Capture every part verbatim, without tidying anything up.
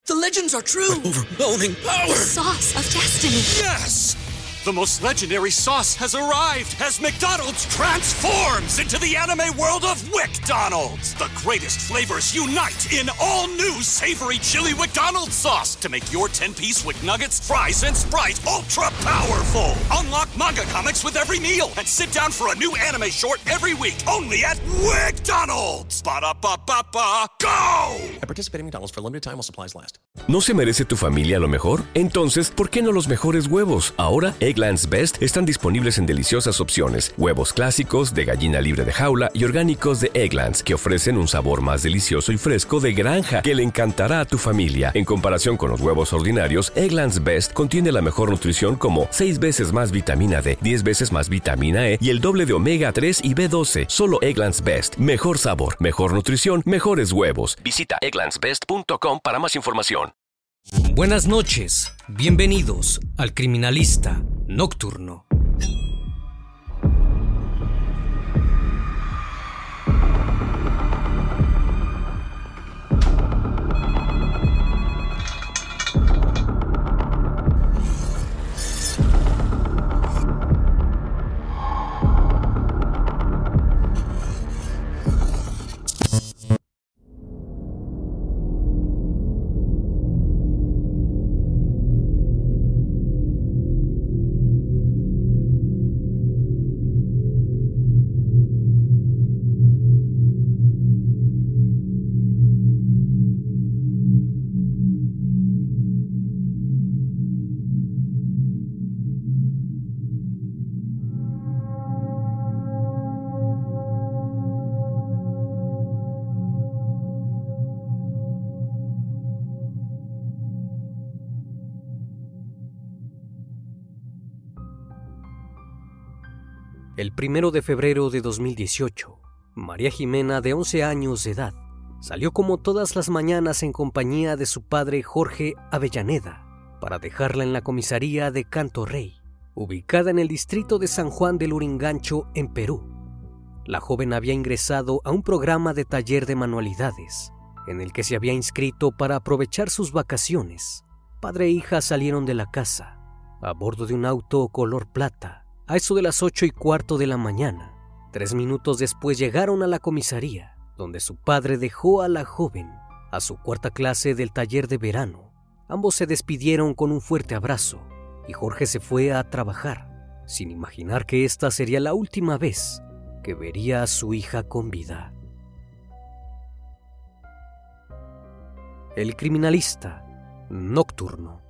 The legends are true. Overwhelming power! Sauce of destiny. Yes! The most legendary sauce has arrived as McDonald's transforms into the anime world of WickDonald's. The greatest flavors unite in all new savory chili McDonald's sauce to make your ten-piece Wick Nuggets, fries, and Sprite ultra-powerful. Unlock manga comics with every meal and sit down for a new anime short every week only at WickDonald's. Ba-da-ba-ba-ba, go! I participate in McDonald's for a limited time while supplies last. ¿No se merece tu familia lo mejor? Entonces, ¿por qué no los mejores huevos? Ahora, Eggland's Best están disponibles en deliciosas opciones. Huevos clásicos, de gallina libre de jaula y orgánicos de Eggland's, que ofrecen un sabor más delicioso y fresco de granja que le encantará a tu familia. En comparación con los huevos ordinarios, Eggland's Best contiene la mejor nutrición como seis veces más vitamina D, diez veces más vitamina E y el doble de omega tres y B doce. Solo Eggland's Best. Mejor sabor, mejor nutrición, mejores huevos. Visita egglands best punto com para más información. Buenas noches, bienvenidos al Criminalista Nocturno. El primero de febrero de dos mil dieciocho, María Jimena, de once años de edad, salió como todas las mañanas en compañía de su padre Jorge Avellaneda para dejarla en la comisaría de Canto Rey, ubicada en el distrito de San Juan del Urigancho, en Perú. La joven había ingresado a un programa de taller de manualidades, en el que se había inscrito para aprovechar sus vacaciones. Padre e hija salieron de la casa, a bordo de un auto color plata, a eso de las ocho y cuarto de la mañana. Tres minutos después llegaron a la comisaría, donde su padre dejó a la joven a su cuarta clase del taller de verano. Ambos se despidieron con un fuerte abrazo y Jorge se fue a trabajar, sin imaginar que esta sería la última vez que vería a su hija con vida. El Criminalista Nocturno.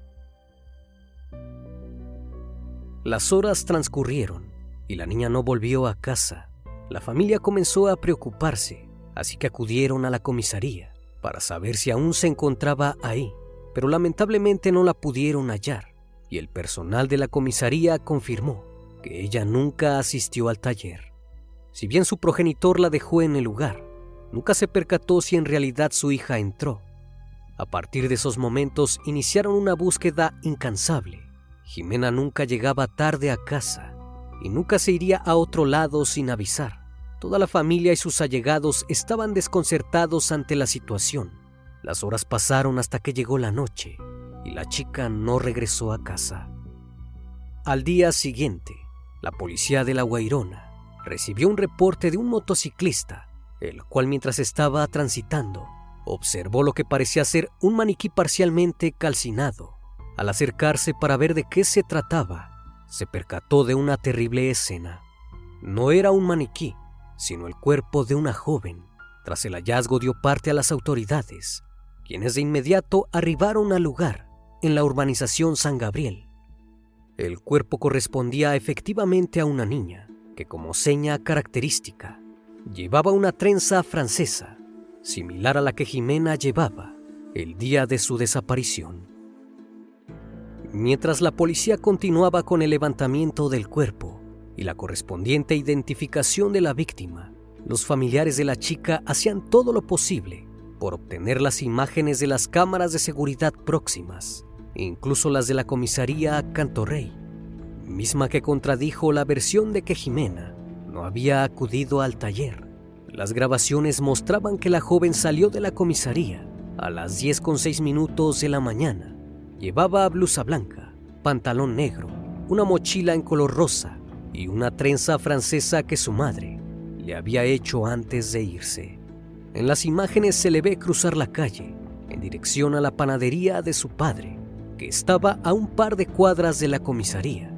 Las horas transcurrieron y la niña no volvió a casa. La familia comenzó a preocuparse, así que acudieron a la comisaría para saber si aún se encontraba ahí, pero lamentablemente no la pudieron hallar y el personal de la comisaría confirmó que ella nunca asistió al taller. Si bien su progenitor la dejó en el lugar, nunca se percató si en realidad su hija entró. A partir de esos momentos iniciaron una búsqueda incansable. Jimena nunca llegaba tarde a casa y nunca se iría a otro lado sin avisar. Toda la familia y sus allegados estaban desconcertados ante la situación. Las horas pasaron hasta que llegó la noche y la chica no regresó a casa. Al día siguiente, la policía de La Guairona recibió un reporte de un motociclista, el cual mientras estaba transitando, observó lo que parecía ser un maniquí parcialmente calcinado. Al acercarse para ver de qué se trataba, se percató de una terrible escena. No era un maniquí, sino el cuerpo de una joven. Tras el hallazgo dio parte a las autoridades, quienes de inmediato arribaron al lugar, en la urbanización San Gabriel. El cuerpo correspondía efectivamente a una niña, que como seña característica, llevaba una trenza francesa, similar a la que Jimena llevaba el día de su desaparición. Mientras la policía continuaba con el levantamiento del cuerpo y la correspondiente identificación de la víctima, los familiares de la chica hacían todo lo posible por obtener las imágenes de las cámaras de seguridad próximas, incluso las de la comisaría Canto Rey, misma que contradijo la versión de que Jimena no había acudido al taller. Las grabaciones mostraban que la joven salió de la comisaría A las diez con seis minutos de la mañana, llevaba blusa blanca, pantalón negro, una mochila en color rosa y una trenza francesa que su madre le había hecho antes de irse. En las imágenes se le ve cruzar la calle en dirección a la panadería de su padre, que estaba a un par de cuadras de la comisaría.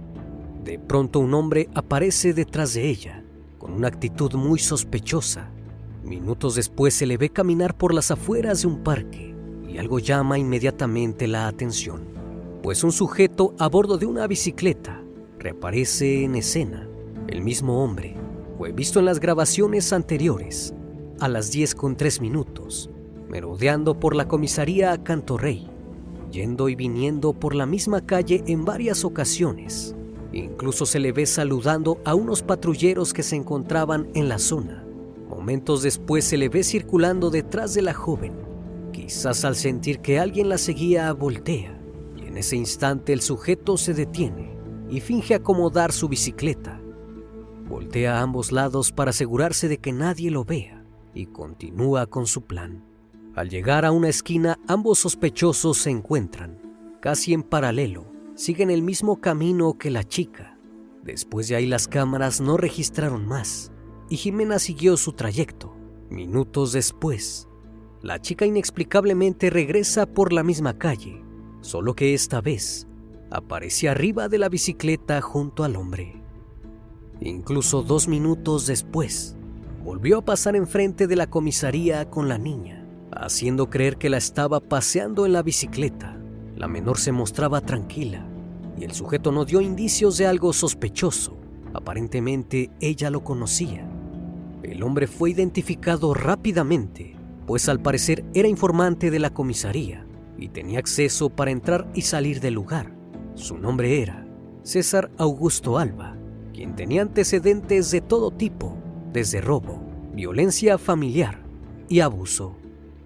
De pronto un hombre aparece detrás de ella, con una actitud muy sospechosa. Minutos después se le ve caminar por las afueras de un parque y algo llama inmediatamente la atención, pues un sujeto a bordo de una bicicleta reaparece en escena. El mismo hombre fue visto en las grabaciones anteriores a las diez con tres minutos, merodeando por la comisaría Cantorrey, yendo y viniendo por la misma calle en varias ocasiones. Incluso se le ve saludando a unos patrulleros que se encontraban en la zona. Momentos después se le ve circulando detrás de la joven. Quizás al sentir que alguien la seguía, voltea, y en ese instante el sujeto se detiene y finge acomodar su bicicleta. Voltea a ambos lados para asegurarse de que nadie lo vea y continúa con su plan. Al llegar a una esquina, ambos sospechosos se encuentran, casi en paralelo, siguen el mismo camino que la chica. Después de ahí las cámaras no registraron más y Jimena siguió su trayecto. Minutos después, la chica inexplicablemente regresa por la misma calle, solo que esta vez aparece arriba de la bicicleta junto al hombre. Incluso dos minutos después, volvió a pasar enfrente de la comisaría con la niña, haciendo creer que la estaba paseando en la bicicleta. La menor se mostraba tranquila y el sujeto no dio indicios de algo sospechoso. Aparentemente ella lo conocía. El hombre fue identificado rápidamente, pues al parecer era informante de la comisaría y tenía acceso para entrar y salir del lugar. Su nombre era César Augusto Alba, quien tenía antecedentes de todo tipo, desde robo, violencia familiar y abuso.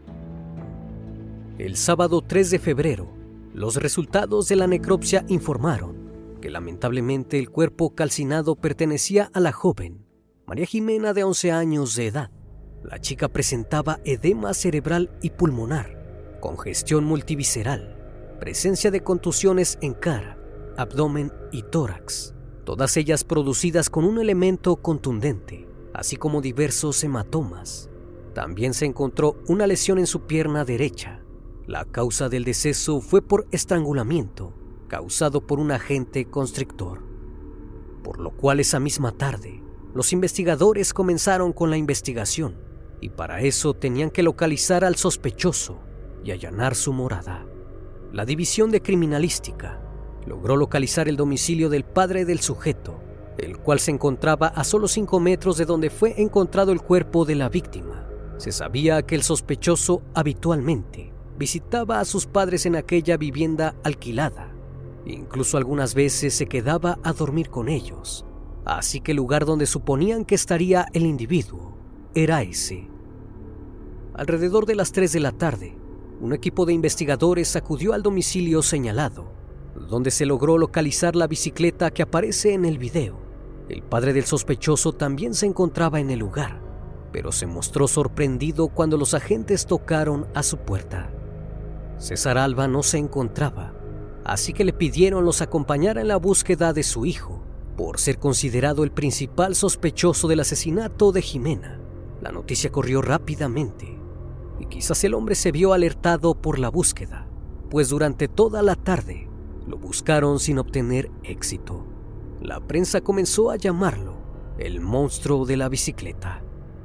El sábado tres de febrero, los resultados de la necropsia informaron que lamentablemente el cuerpo calcinado pertenecía a la joven María Jimena, de once años de edad. La chica presentaba edema cerebral y pulmonar, congestión multivisceral, presencia de contusiones en cara, abdomen y tórax, todas ellas producidas con un elemento contundente, así como diversos hematomas. También se encontró una lesión en su pierna derecha. La causa del deceso fue por estrangulamiento, causado por un agente constrictor. Por lo cual esa misma tarde, los investigadores comenzaron con la investigación, y para eso tenían que localizar al sospechoso y allanar su morada. La División de Criminalística logró localizar el domicilio del padre del sujeto, el cual se encontraba a solo cinco metros de donde fue encontrado el cuerpo de la víctima. Se sabía que el sospechoso habitualmente visitaba a sus padres en aquella vivienda alquilada. Incluso algunas veces se quedaba a dormir con ellos. Así que el lugar donde suponían que estaría el individuo era ese. Alrededor de las tres de la tarde, un equipo de investigadores acudió al domicilio señalado, donde se logró localizar la bicicleta que aparece en el video. El padre del sospechoso también se encontraba en el lugar, pero se mostró sorprendido cuando los agentes tocaron a su puerta. César Alba no se encontraba, así que le pidieron los acompañara en la búsqueda de su hijo, por ser considerado el principal sospechoso del asesinato de Jimena. La noticia corrió rápidamente, y quizás el hombre se vio alertado por la búsqueda, pues durante toda la tarde lo buscaron sin obtener éxito. La prensa comenzó a llamarlo el monstruo de la bicicleta.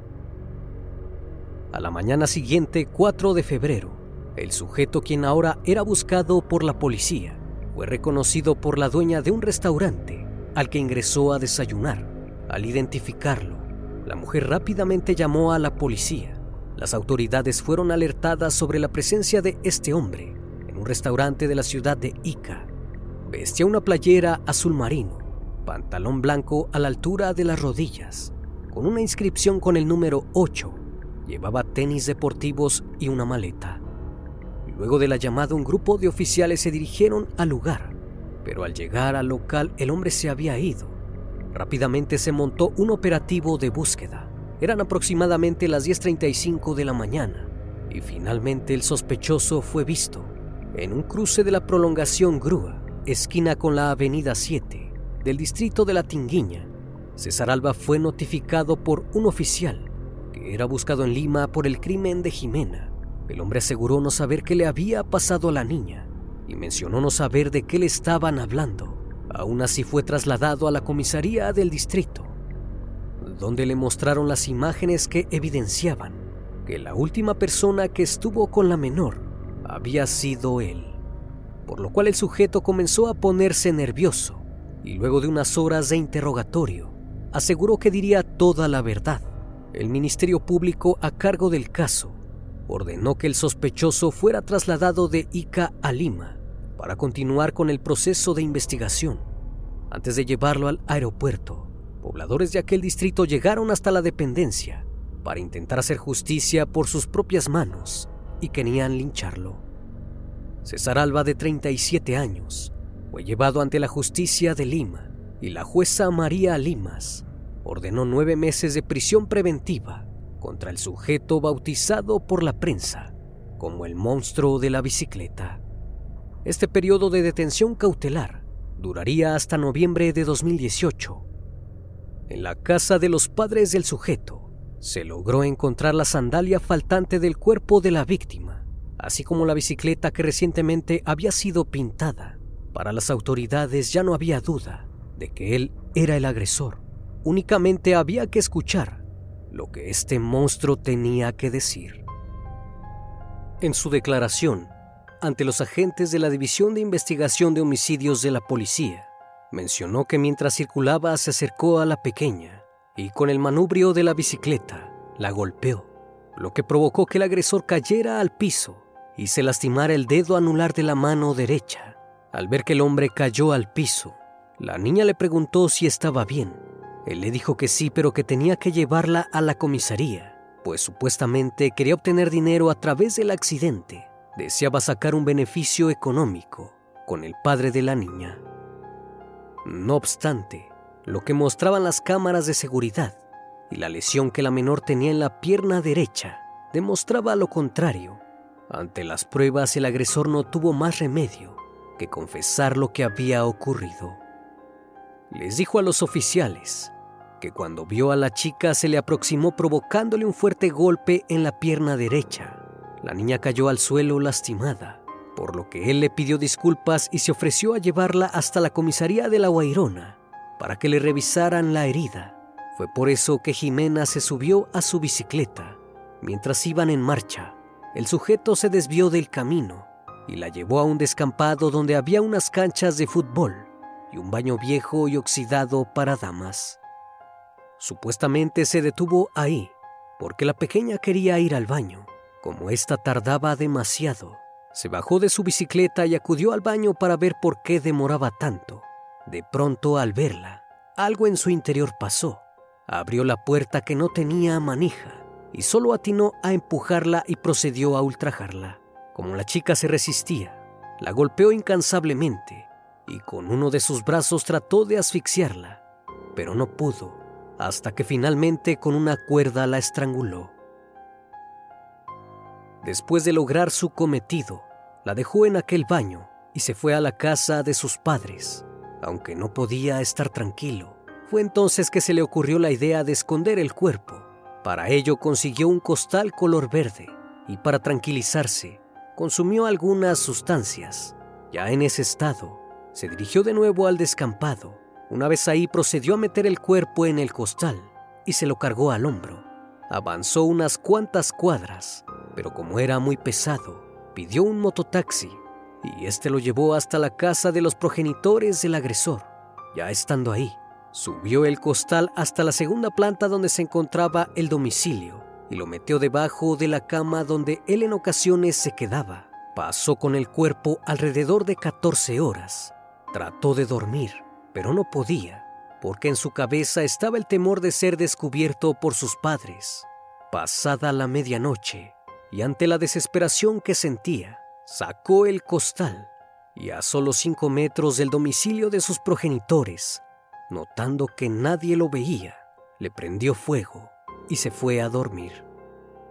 A la mañana siguiente, cuatro de febrero, el sujeto, quien ahora era buscado por la policía, fue reconocido por la dueña de un restaurante al que ingresó a desayunar. Al identificarlo, la mujer rápidamente llamó a la policía. Las autoridades fueron alertadas sobre la presencia de este hombre en un restaurante de la ciudad de Ica. Vestía una playera azul marino, pantalón blanco a la altura de las rodillas, con una inscripción con el número ocho. Llevaba tenis deportivos y una maleta. Luego de la llamada, un grupo de oficiales se dirigieron al lugar, pero al llegar al local el hombre se había ido. Rápidamente se montó un operativo de búsqueda. Eran aproximadamente las diez treinta y cinco de la mañana, y finalmente el sospechoso fue visto en un cruce de la prolongación Grúa, esquina con la avenida siete del distrito de La Tinguiña. César Alba fue notificado por un oficial que era buscado en Lima por el crimen de Jimena. El hombre aseguró no saber qué le había pasado a la niña y mencionó no saber de qué le estaban hablando. Aún así fue trasladado a la comisaría del distrito, donde le mostraron las imágenes que evidenciaban que la última persona que estuvo con la menor había sido él, por lo cual el sujeto comenzó a ponerse nervioso y luego de unas horas de interrogatorio aseguró que diría toda la verdad. El Ministerio Público a cargo del caso ordenó que el sospechoso fuera trasladado de Ica a Lima para continuar con el proceso de investigación. Antes de llevarlo al aeropuerto, pobladores de aquel distrito llegaron hasta la dependencia para intentar hacer justicia por sus propias manos y querían lincharlo. César Alba, de treinta y siete años, fue llevado ante la justicia de Lima y la jueza María Limas ordenó nueve meses de prisión preventiva contra el sujeto bautizado por la prensa como el monstruo de la bicicleta. Este periodo de detención cautelar duraría hasta noviembre de dos mil dieciocho. En la casa de los padres del sujeto se logró encontrar la sandalia faltante del cuerpo de la víctima, así como la bicicleta que recientemente había sido pintada. Para las autoridades ya no había duda de que él era el agresor. Únicamente había que escuchar lo que este monstruo tenía que decir. En su declaración ante los agentes de la División de Investigación de Homicidios de la policía, mencionó que mientras circulaba se acercó a la pequeña y con el manubrio de la bicicleta la golpeó, lo que provocó que el agresor cayera al piso y se lastimara el dedo anular de la mano derecha. Al ver que el hombre cayó al piso, la niña le preguntó si estaba bien. Él le dijo que sí, pero que tenía que llevarla a la comisaría, pues supuestamente quería obtener dinero a través del accidente. Deseaba sacar un beneficio económico con el padre de la niña. No obstante, lo que mostraban las cámaras de seguridad y la lesión que la menor tenía en la pierna derecha demostraba lo contrario. Ante las pruebas, el agresor no tuvo más remedio que confesar lo que había ocurrido. Les dijo a los oficiales que cuando vio a la chica se le aproximó provocándole un fuerte golpe en la pierna derecha. La niña cayó al suelo lastimada, por lo que él le pidió disculpas y se ofreció a llevarla hasta la comisaría de La Guairona para que le revisaran la herida. Fue por eso que Jimena se subió a su bicicleta. Mientras iban en marcha, el sujeto se desvió del camino y la llevó a un descampado donde había unas canchas de fútbol y un baño viejo y oxidado para damas. Supuestamente se detuvo ahí porque la pequeña quería ir al baño. Como ésta tardaba demasiado, se bajó de su bicicleta y acudió al baño para ver por qué demoraba tanto. De pronto, al verla, algo en su interior pasó. Abrió la puerta que no tenía manija y solo atinó a empujarla y procedió a ultrajarla. Como la chica se resistía, la golpeó incansablemente y con uno de sus brazos trató de asfixiarla, pero no pudo, hasta que finalmente con una cuerda la estranguló. Después de lograr su cometido, la dejó en aquel baño y se fue a la casa de sus padres. Aunque no podía estar tranquilo, fue entonces que se le ocurrió la idea de esconder el cuerpo. Para ello consiguió un costal color verde y para tranquilizarse, consumió algunas sustancias. Ya en ese estado, se dirigió de nuevo al descampado. Una vez ahí procedió a meter el cuerpo en el costal y se lo cargó al hombro. Avanzó unas cuantas cuadras, pero como era muy pesado, pidió un mototaxi y este lo llevó hasta la casa de los progenitores del agresor. Ya estando ahí, subió el costal hasta la segunda planta donde se encontraba el domicilio y lo metió debajo de la cama donde él en ocasiones se quedaba. Pasó con el cuerpo alrededor de catorce horas. Trató de dormir, pero no podía, porque en su cabeza estaba el temor de ser descubierto por sus padres. Pasada la medianoche, y ante la desesperación que sentía, sacó el costal y a solo cinco metros del domicilio de sus progenitores, notando que nadie lo veía, le prendió fuego y se fue a dormir.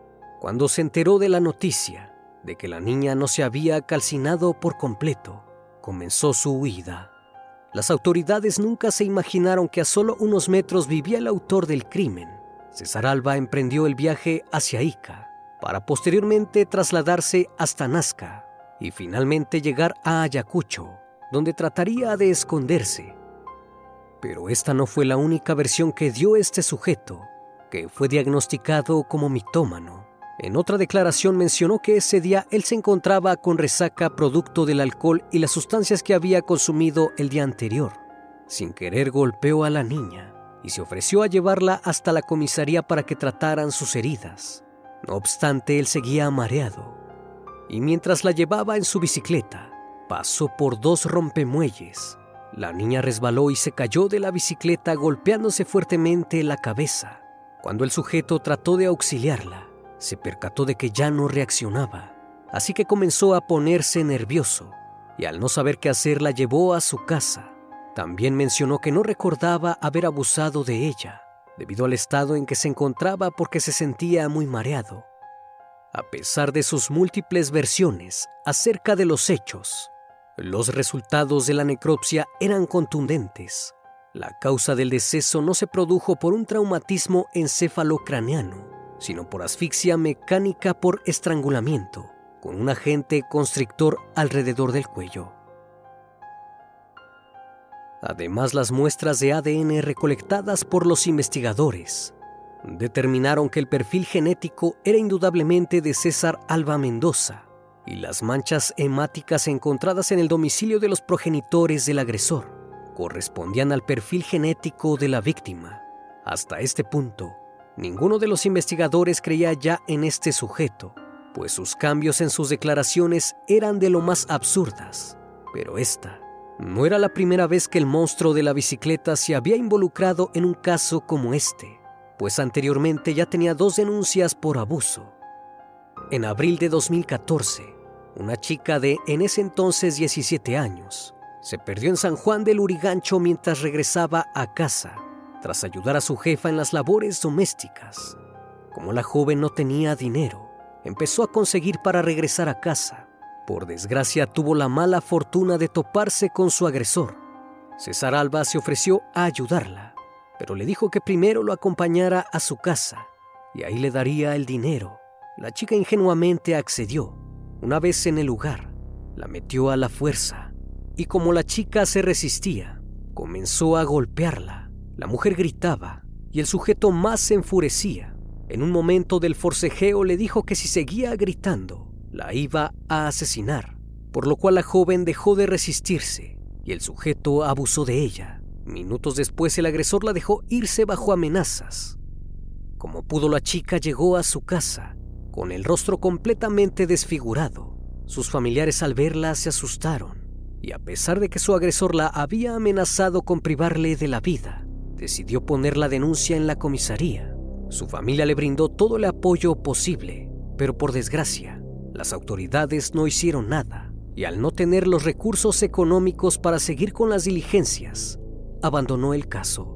Cuando se enteró de la noticia de que la niña no se había calcinado por completo, comenzó su huida. Las autoridades nunca se imaginaron que a solo unos metros vivía el autor del crimen. César Alba emprendió el viaje hacia Ica para posteriormente trasladarse hasta Nazca y finalmente llegar a Ayacucho, donde trataría de esconderse. Pero esta no fue la única versión que dio este sujeto, que fue diagnosticado como mitómano. En otra declaración mencionó que ese día él se encontraba con resaca producto del alcohol y las sustancias que había consumido el día anterior. Sin querer golpeó a la niña y se ofreció a llevarla hasta la comisaría para que trataran sus heridas. No obstante, él seguía mareado y mientras la llevaba en su bicicleta, pasó por dos rompemuelles. La niña resbaló y se cayó de la bicicleta golpeándose fuertemente la cabeza. Cuando el sujeto trató de auxiliarla, se percató de que ya no reaccionaba, así que comenzó a ponerse nervioso y al no saber qué hacer la llevó a su casa. También mencionó que no recordaba haber abusado de ella, debido al estado en que se encontraba porque se sentía muy mareado. A pesar de sus múltiples versiones acerca de los hechos, los resultados de la necropsia eran contundentes. La causa del deceso no se produjo por un traumatismo encefalocraneano, sino por asfixia mecánica por estrangulamiento, con un agente constrictor alrededor del cuello. Además, las muestras de A D N recolectadas por los investigadores determinaron que el perfil genético era indudablemente de César Alba Mendoza, y las manchas hemáticas encontradas en el domicilio de los progenitores del agresor correspondían al perfil genético de la víctima. Hasta este punto, ninguno de los investigadores creía ya en este sujeto, pues sus cambios en sus declaraciones eran de lo más absurdas. Pero esta no era la primera vez que el monstruo de la bicicleta se había involucrado en un caso como este, pues anteriormente ya tenía dos denuncias por abuso. En abril de dos mil catorce, una chica de en ese entonces diecisiete años se perdió en San Juan del Urigancho mientras regresaba a casa, tras ayudar a su jefa en las labores domésticas. Como la joven no tenía dinero, empezó a conseguir para regresar a casa. Por desgracia, tuvo la mala fortuna de toparse con su agresor. César Alba se ofreció a ayudarla, pero le dijo que primero lo acompañara a su casa y ahí le daría el dinero. La chica ingenuamente accedió. Una vez en el lugar, la metió a la fuerza y como la chica se resistía, comenzó a golpearla. La mujer gritaba y el sujeto más se enfurecía. En un momento del forcejeo le dijo que si seguía gritando, la iba a asesinar, por lo cual la joven dejó de resistirse y el sujeto abusó de ella. Minutos después, el agresor la dejó irse bajo amenazas. Como pudo, la chica llegó a su casa con el rostro completamente desfigurado. Sus familiares al verla se asustaron y a pesar de que su agresor la había amenazado con privarle de la vida, decidió poner la denuncia en la comisaría. Su familia le brindó todo el apoyo posible, pero por desgracia, las autoridades no hicieron nada y al no tener los recursos económicos para seguir con las diligencias, abandonó el caso.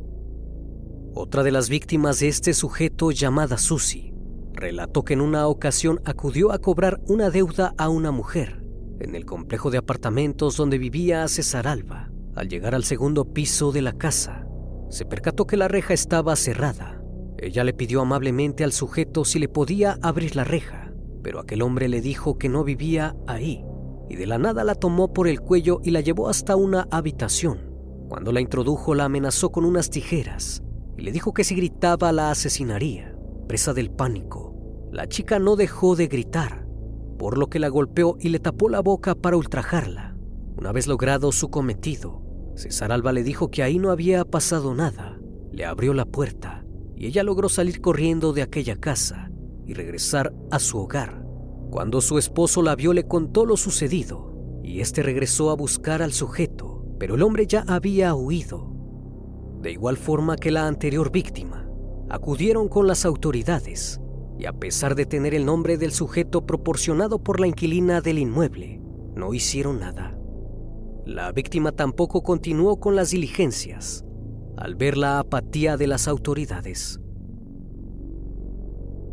Otra de las víctimas de este sujeto, llamada Susi, relató que en una ocasión acudió a cobrar una deuda a una mujer en el complejo de apartamentos donde vivía César Alba. Al llegar al segundo piso de la casa, se percató que la reja estaba cerrada. Ella le pidió amablemente al sujeto si le podía abrir la reja, pero aquel hombre le dijo que no vivía ahí, y de la nada la tomó por el cuello y la llevó hasta una habitación. Cuando la introdujo, la amenazó con unas tijeras y le dijo que si gritaba la asesinaría. Presa del pánico, la chica no dejó de gritar, por lo que la golpeó y le tapó la boca para ultrajarla. Una vez logrado su cometido, César Alba le dijo que ahí no había pasado nada. Le abrió la puerta y ella logró salir corriendo de aquella casa y regresar a su hogar. Cuando su esposo la vio, le contó lo sucedido y este regresó a buscar al sujeto, pero el hombre ya había huido. De igual forma que la anterior víctima, acudieron con las autoridades y a pesar de tener el nombre del sujeto proporcionado por la inquilina del inmueble, no hicieron nada. La víctima tampoco continuó con las diligencias al ver la apatía de las autoridades.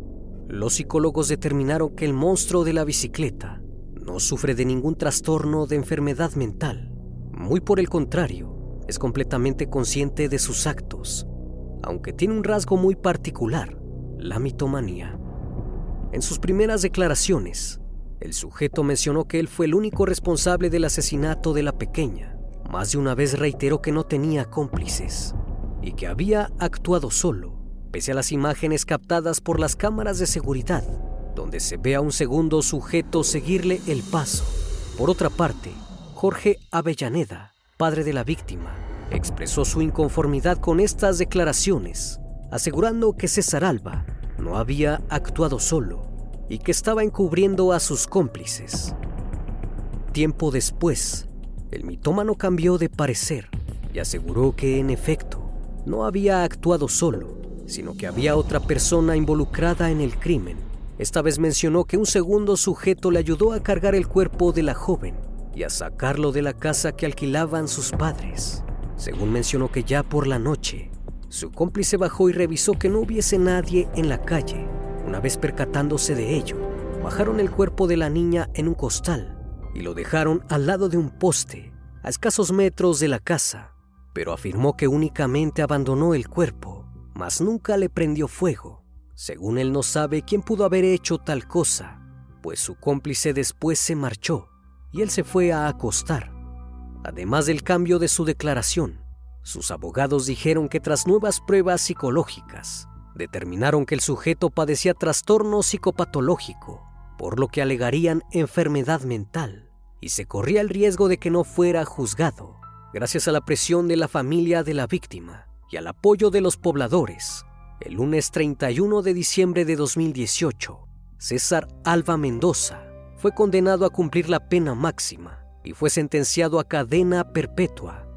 Los psicólogos determinaron que el monstruo de la bicicleta no sufre de ningún trastorno de enfermedad mental. Muy por el contrario, es completamente consciente de sus actos, aunque tiene un rasgo muy particular, la mitomanía. En sus primeras declaraciones, el sujeto mencionó que él fue el único responsable del asesinato de la pequeña. Más de una vez reiteró que no tenía cómplices y que había actuado solo, pese a las imágenes captadas por las cámaras de seguridad, donde se ve a un segundo sujeto seguirle el paso. Por otra parte, Jorge Avellaneda, padre de la víctima, expresó su inconformidad con estas declaraciones, asegurando que César Alba no había actuado solo y que estaba encubriendo a sus cómplices. Tiempo después, el mitómano cambió de parecer y aseguró que, en efecto, no había actuado solo, sino que había otra persona involucrada en el crimen. Esta vez mencionó que un segundo sujeto le ayudó a cargar el cuerpo de la joven y a sacarlo de la casa que alquilaban sus padres. Según mencionó que ya por la noche, su cómplice bajó y revisó que no hubiese nadie en la calle. Una vez percatándose de ello, bajaron el cuerpo de la niña en un costal y lo dejaron al lado de un poste, a escasos metros de la casa, pero afirmó que únicamente abandonó el cuerpo, mas nunca le prendió fuego. Según él, no sabe quién pudo haber hecho tal cosa, pues su cómplice después se marchó y él se fue a acostar. Además del cambio de su declaración, sus abogados dijeron que tras nuevas pruebas psicológicas, determinaron que el sujeto padecía trastorno psicopatológico, por lo que alegarían enfermedad mental, y se corría el riesgo de que no fuera juzgado. Gracias a la presión de la familia de la víctima y al apoyo de los pobladores, el lunes treinta y uno de diciembre de dos mil dieciocho, César Alba Mendoza fue condenado a cumplir la pena máxima y fue sentenciado a cadena perpetua.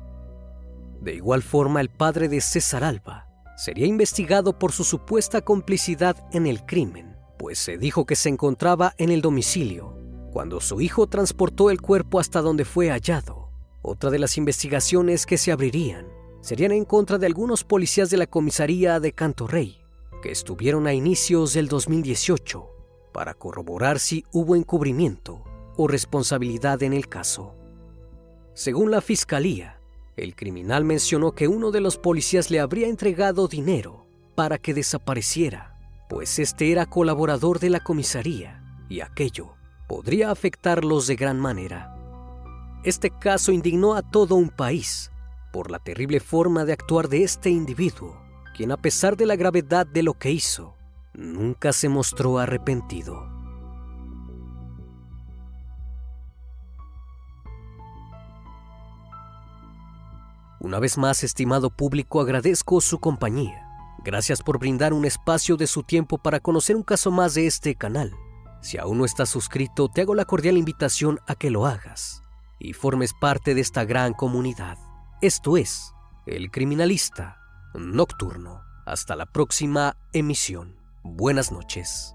De igual forma, el padre de César Alba sería investigado por su supuesta complicidad en el crimen, pues se dijo que se encontraba en el domicilio cuando su hijo transportó el cuerpo hasta donde fue hallado. Otra de las investigaciones que se abrirían serían en contra de algunos policías de la comisaría de Canto Rey, que estuvieron a inicios del dos mil dieciocho para corroborar si hubo encubrimiento o responsabilidad en el caso. Según la fiscalía, el criminal mencionó que uno de los policías le habría entregado dinero para que desapareciera, pues este era colaborador de la comisaría y aquello podría afectarlos de gran manera. Este caso indignó a todo un país por la terrible forma de actuar de este individuo, quien, a pesar de la gravedad de lo que hizo, nunca se mostró arrepentido. Una vez más, estimado público, agradezco su compañía. Gracias por brindar un espacio de su tiempo para conocer un caso más de este canal. Si aún no estás suscrito, te hago la cordial invitación a que lo hagas y formes parte de esta gran comunidad. Esto es El Criminalista Nocturno. Hasta la próxima emisión. Buenas noches.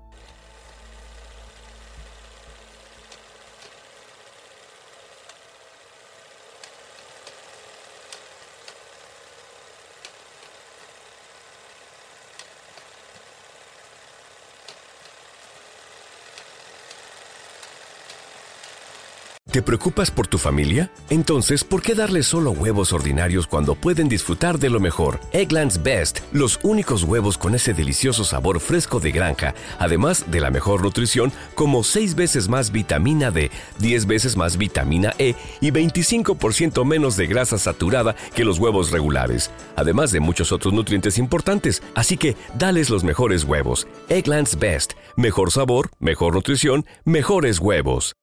¿Te preocupas por tu familia? Entonces, ¿por qué darles solo huevos ordinarios cuando pueden disfrutar de lo mejor? Eggland's Best, los únicos huevos con ese delicioso sabor fresco de granja, además de la mejor nutrición, como seis veces más vitamina D, diez veces más vitamina E y veinticinco por ciento menos de grasa saturada que los huevos regulares, además de muchos otros nutrientes importantes. Así que, dales los mejores huevos. Eggland's Best, mejor sabor, mejor nutrición, mejores huevos.